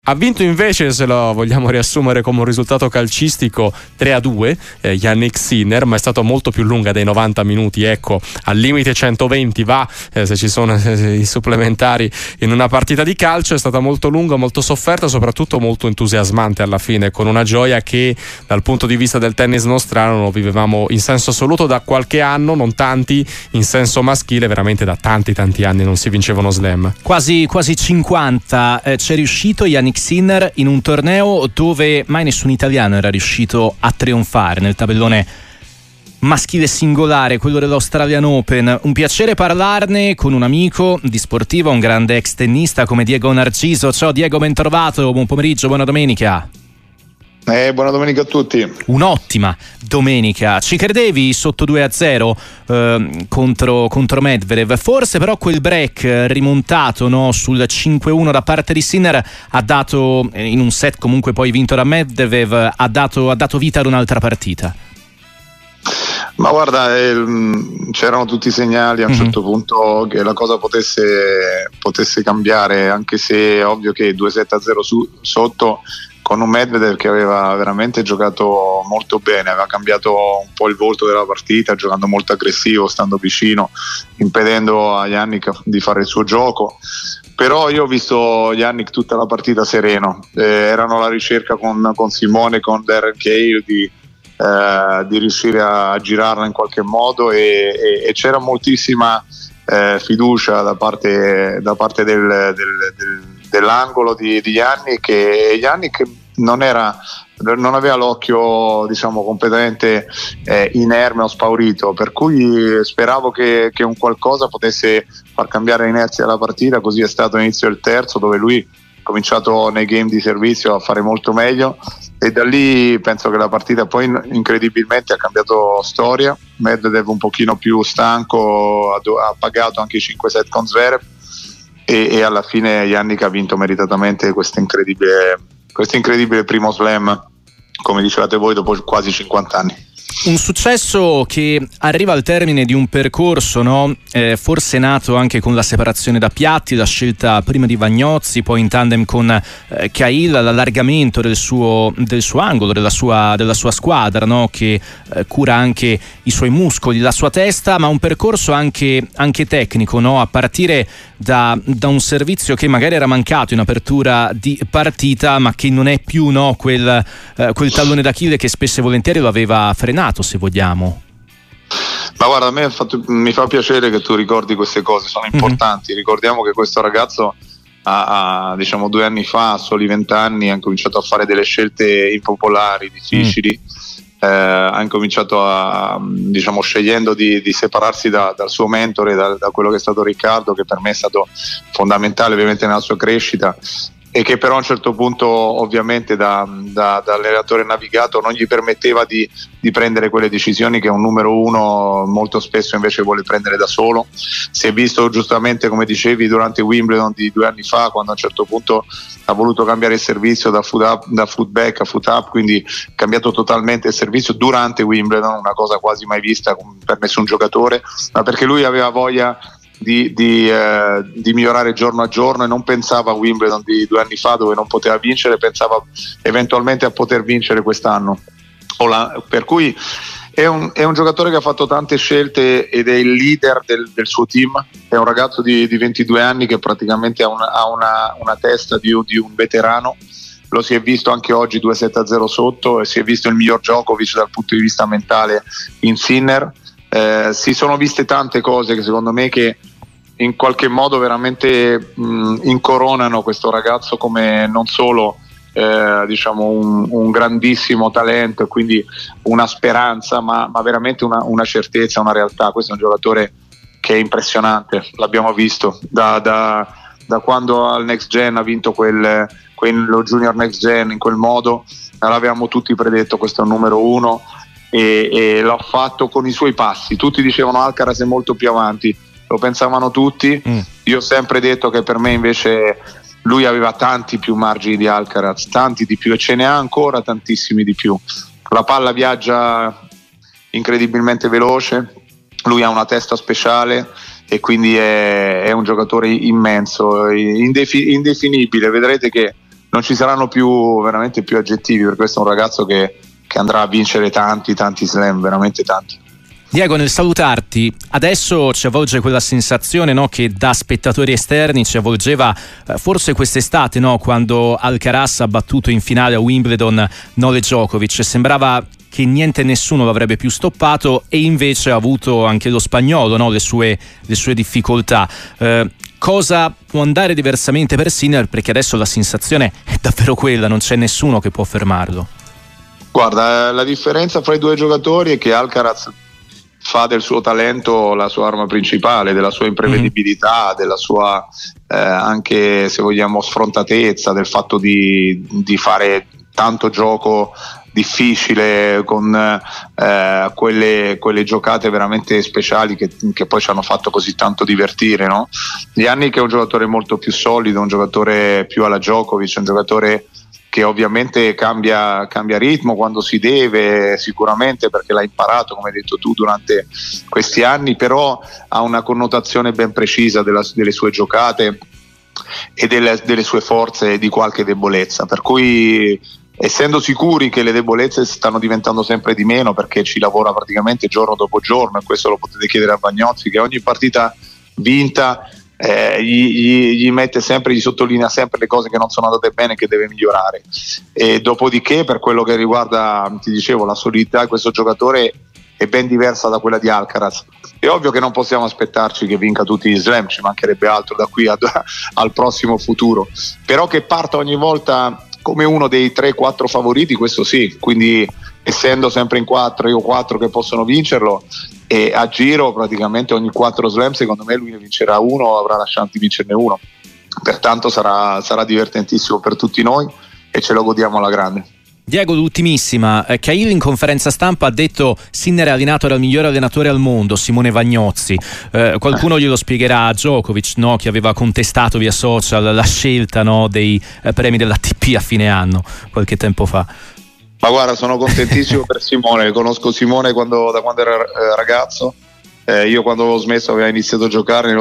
Ha vinto invece, se lo vogliamo riassumere come un risultato calcistico, 3-2 Jannik Sinner, ma è stata molto più lunga dei 90 minuti, ecco, al limite 120 va, se ci sono i supplementari in una partita di calcio. È stata molto lunga, molto sofferta, soprattutto molto entusiasmante alla fine, con una gioia che dal punto di vista del tennis nostrano lo vivevamo in senso assoluto da qualche anno, non tanti, in senso maschile veramente da tanti anni non si vinceva uno slam. Quasi 50, c'è riuscito Jannik Sinner in un torneo dove mai nessun italiano era riuscito a trionfare nel tabellone maschile singolare, quello dell'Australian Open. Un piacere parlarne con un amico di Sportiva, un grande ex tennista come Diego Narciso. Ciao Diego, ben trovato, buon pomeriggio, buona domenica. Buona domenica a tutti. Un'ottima domenica. Ci credevi sotto 2-0 contro Medvedev? Forse però quel break rimontato, no, sul 5-1 da parte di Sinner ha dato, in un set comunque poi vinto da Medvedev, ha dato vita ad un'altra partita. Ma guarda, c'erano tutti i segnali a un certo punto che la cosa potesse cambiare, anche se è ovvio che 2-7-0 sotto, con un Medvedev che aveva veramente giocato molto bene, aveva cambiato un po' il volto della partita, giocando molto aggressivo, stando vicino, impedendo a Jannik di fare il suo gioco. Però io ho visto Jannik tutta la partita sereno, erano alla ricerca con Simone, con Darren Cahill di riuscire a girarla in qualche modo, e c'era moltissima fiducia da parte dell'angolo di Jannik, e Jannik non aveva l'occhio, diciamo, completamente inerme o spaurito, per cui speravo che un qualcosa potesse far cambiare l'inerzia alla partita. Così è stato all'inizio del terzo, dove lui ha cominciato nei game di servizio a fare molto meglio, e da lì penso che la partita poi incredibilmente ha cambiato storia. Medvedev un pochino più stanco, ha pagato anche i 5 set con Zverev, e alla fine Jannik ha vinto meritatamente questo incredibile primo slam, come dicevate voi, dopo quasi 50 anni. Un successo che arriva al termine di un percorso, no? Forse nato anche con la separazione da Piatti, la scelta prima di Vagnozzi, poi in tandem con Cahill, l'allargamento del suo angolo, della sua squadra, no? Che cura anche i suoi muscoli, la sua testa, ma un percorso anche tecnico, no? A partire da un servizio che magari era mancato in apertura di partita, ma che non è più, no, quel tallone d'Achille che spesso e volentieri lo aveva frenato, se vogliamo. Ma guarda, a me mi fa piacere che tu ricordi queste cose, sono importanti. Ricordiamo che questo ragazzo diciamo 2 anni fa, a soli 20 anni, ha cominciato a fare delle scelte impopolari, difficili. Ha incominciato diciamo, scegliendo di separarsi dal suo mentore, da quello che è stato Riccardo, che per me è stato fondamentale ovviamente nella sua crescita, e che però a un certo punto ovviamente da allenatore navigato non gli permetteva di prendere quelle decisioni che un numero uno molto spesso invece vuole prendere da solo. Si è visto giustamente, come dicevi, durante Wimbledon di 2 anni fa, quando a un certo punto ha voluto cambiare il servizio da foot back a foot up, quindi ha cambiato totalmente il servizio durante Wimbledon, una cosa quasi mai vista per nessun giocatore, ma perché lui aveva voglia di migliorare giorno a giorno, e non pensava a Wimbledon di 2 anni fa dove non poteva vincere, pensava eventualmente a poter vincere quest'anno. Per cui è un giocatore che ha fatto tante scelte ed è il leader del suo team. È un ragazzo di 22 anni che praticamente ha una testa di un veterano. Lo si è visto anche oggi 2-7-0 sotto, e si è visto il miglior Djokovic dal punto di vista mentale in Sinner. Si sono viste tante cose che secondo me che in qualche modo veramente incoronano questo ragazzo come non solo diciamo un grandissimo talento, e quindi una speranza, ma veramente una certezza, una realtà. Questo è un giocatore che è impressionante, l'abbiamo visto da quando al Next Gen ha vinto quello Junior Next Gen in quel modo. L'avevamo tutti predetto, questo è un numero uno, e l'ha fatto con i suoi passi. Tutti dicevano Alcaraz è molto più avanti, lo pensavano tutti. Io ho sempre detto che per me invece lui aveva tanti più margini di Alcaraz, tanti di più, e ce ne ha ancora tantissimi di più. La palla viaggia incredibilmente veloce, lui ha una testa speciale, e quindi è un giocatore immenso, indefinibile. Vedrete che non ci saranno veramente più aggettivi, perché questo è un ragazzo che andrà a vincere tanti slam, veramente tanti. Diego, nel salutarti, adesso ci avvolge quella sensazione, no, che da spettatori esterni ci avvolgeva forse quest'estate, no, quando Alcaraz ha battuto in finale a Wimbledon Novak Djokovic. Sembrava che niente e nessuno l'avrebbe più stoppato, e invece ha avuto anche lo spagnolo, no, le sue difficoltà. Cosa può andare diversamente per Sinner? Perché adesso la sensazione è davvero quella, non c'è nessuno che può fermarlo. Guarda, la differenza fra i due giocatori è che Alcaraz fa del suo talento la sua arma principale, della sua imprevedibilità, della sua anche, se vogliamo, sfrontatezza, del fatto di fare tanto gioco difficile con quelle giocate veramente speciali che poi ci hanno fatto così tanto divertire, no? Yannick è un giocatore molto più solido, un giocatore più alla Djokovic, un giocatore che ovviamente cambia ritmo quando si deve, sicuramente, perché l'ha imparato, come hai detto tu, durante questi anni, però ha una connotazione ben precisa delle sue giocate e delle sue forze e di qualche debolezza, per cui, essendo sicuri che le debolezze stanno diventando sempre di meno, perché ci lavora praticamente giorno dopo giorno, e questo lo potete chiedere a Bagnozzi, che ogni partita vinta gli mette sempre, gli sottolinea sempre le cose che non sono andate bene, che deve migliorare. E dopodiché, per quello che riguarda, ti dicevo, la solidità di questo giocatore è ben diversa da quella di Alcaraz. È ovvio che non possiamo aspettarci che vinca tutti gli slam, ci mancherebbe altro da qui al prossimo futuro, però che parta ogni volta come uno dei 3-4 favoriti, questo sì, quindi essendo sempre in 3 o 4 che possono vincerlo, e a giro praticamente ogni 4 slam secondo me lui ne vincerà uno o avrà la chance di vincerne uno, pertanto sarà divertentissimo per tutti noi e ce lo godiamo alla grande. Diego, l'ultimissima, Cahill in conferenza stampa ha detto Sinner è allenato dal migliore allenatore al mondo, Simone Vagnozzi. Qualcuno glielo spiegherà a Djokovic, no, che aveva contestato via social la scelta, no, dei premi dell'ATP a fine anno qualche tempo fa. Ma guarda, sono contentissimo per Simone, conosco Simone da quando era ragazzo. Io quando avevo smesso aveva iniziato a giocare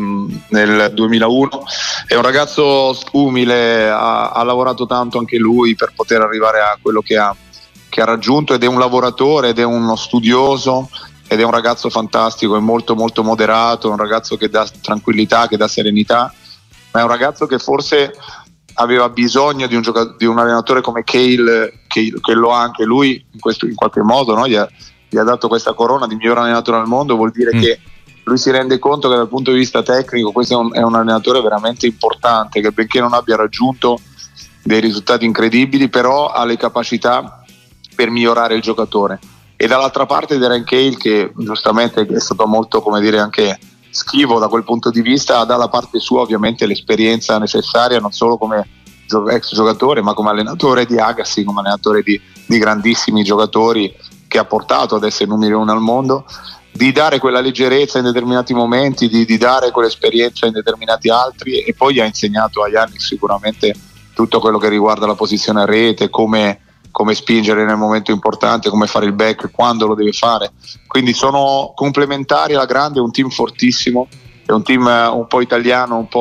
nel 2001, è un ragazzo umile, ha lavorato tanto anche lui per poter arrivare a quello che ha raggiunto, ed è un lavoratore, ed è uno studioso, ed è un ragazzo fantastico, è molto molto moderato, è un ragazzo che dà tranquillità, che dà serenità, ma è un ragazzo che forse aveva bisogno di un allenatore come Cahill, che lo ha anche lui in qualche modo, no? Gli ha dato questa corona di miglior allenatore al mondo. Vuol dire che lui si rende conto che dal punto di vista tecnico questo è un allenatore veramente importante, che benché non abbia raggiunto dei risultati incredibili, però ha le capacità per migliorare il giocatore. E dall'altra parte Darren Cahill, che giustamente è stato molto, come dire, anche schivo da quel punto di vista, ha dalla parte sua ovviamente l'esperienza necessaria, non solo come ex giocatore, ma come allenatore di Agassi, come allenatore di grandissimi giocatori, che ha portato ad essere numero 1 al mondo, di dare quella leggerezza in determinati momenti, di dare quell'esperienza in determinati altri, e poi ha insegnato a Yannick sicuramente tutto quello che riguarda la posizione a rete, come spingere nel momento importante, come fare il back quando lo deve fare. Quindi sono complementari alla grande, è un team fortissimo, è un team un po' italiano, un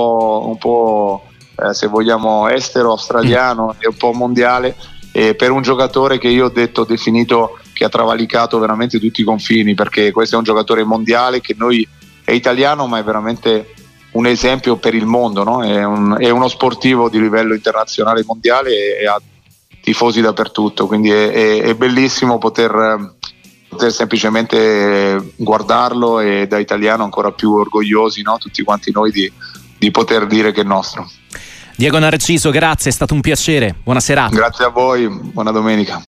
po' se vogliamo estero, australiano e un po' mondiale, per un giocatore che io ho definito che ha travalicato veramente tutti i confini, perché questo è un giocatore mondiale che è italiano, ma è veramente un esempio per il mondo, no? È uno sportivo di livello internazionale mondiale e ha tifosi dappertutto, quindi è bellissimo poter semplicemente guardarlo, e da italiano ancora più orgogliosi, no? Tutti quanti noi di poter dire che è nostro. Diego Narciso, grazie, è stato un piacere, buona serata. Grazie a voi, buona domenica.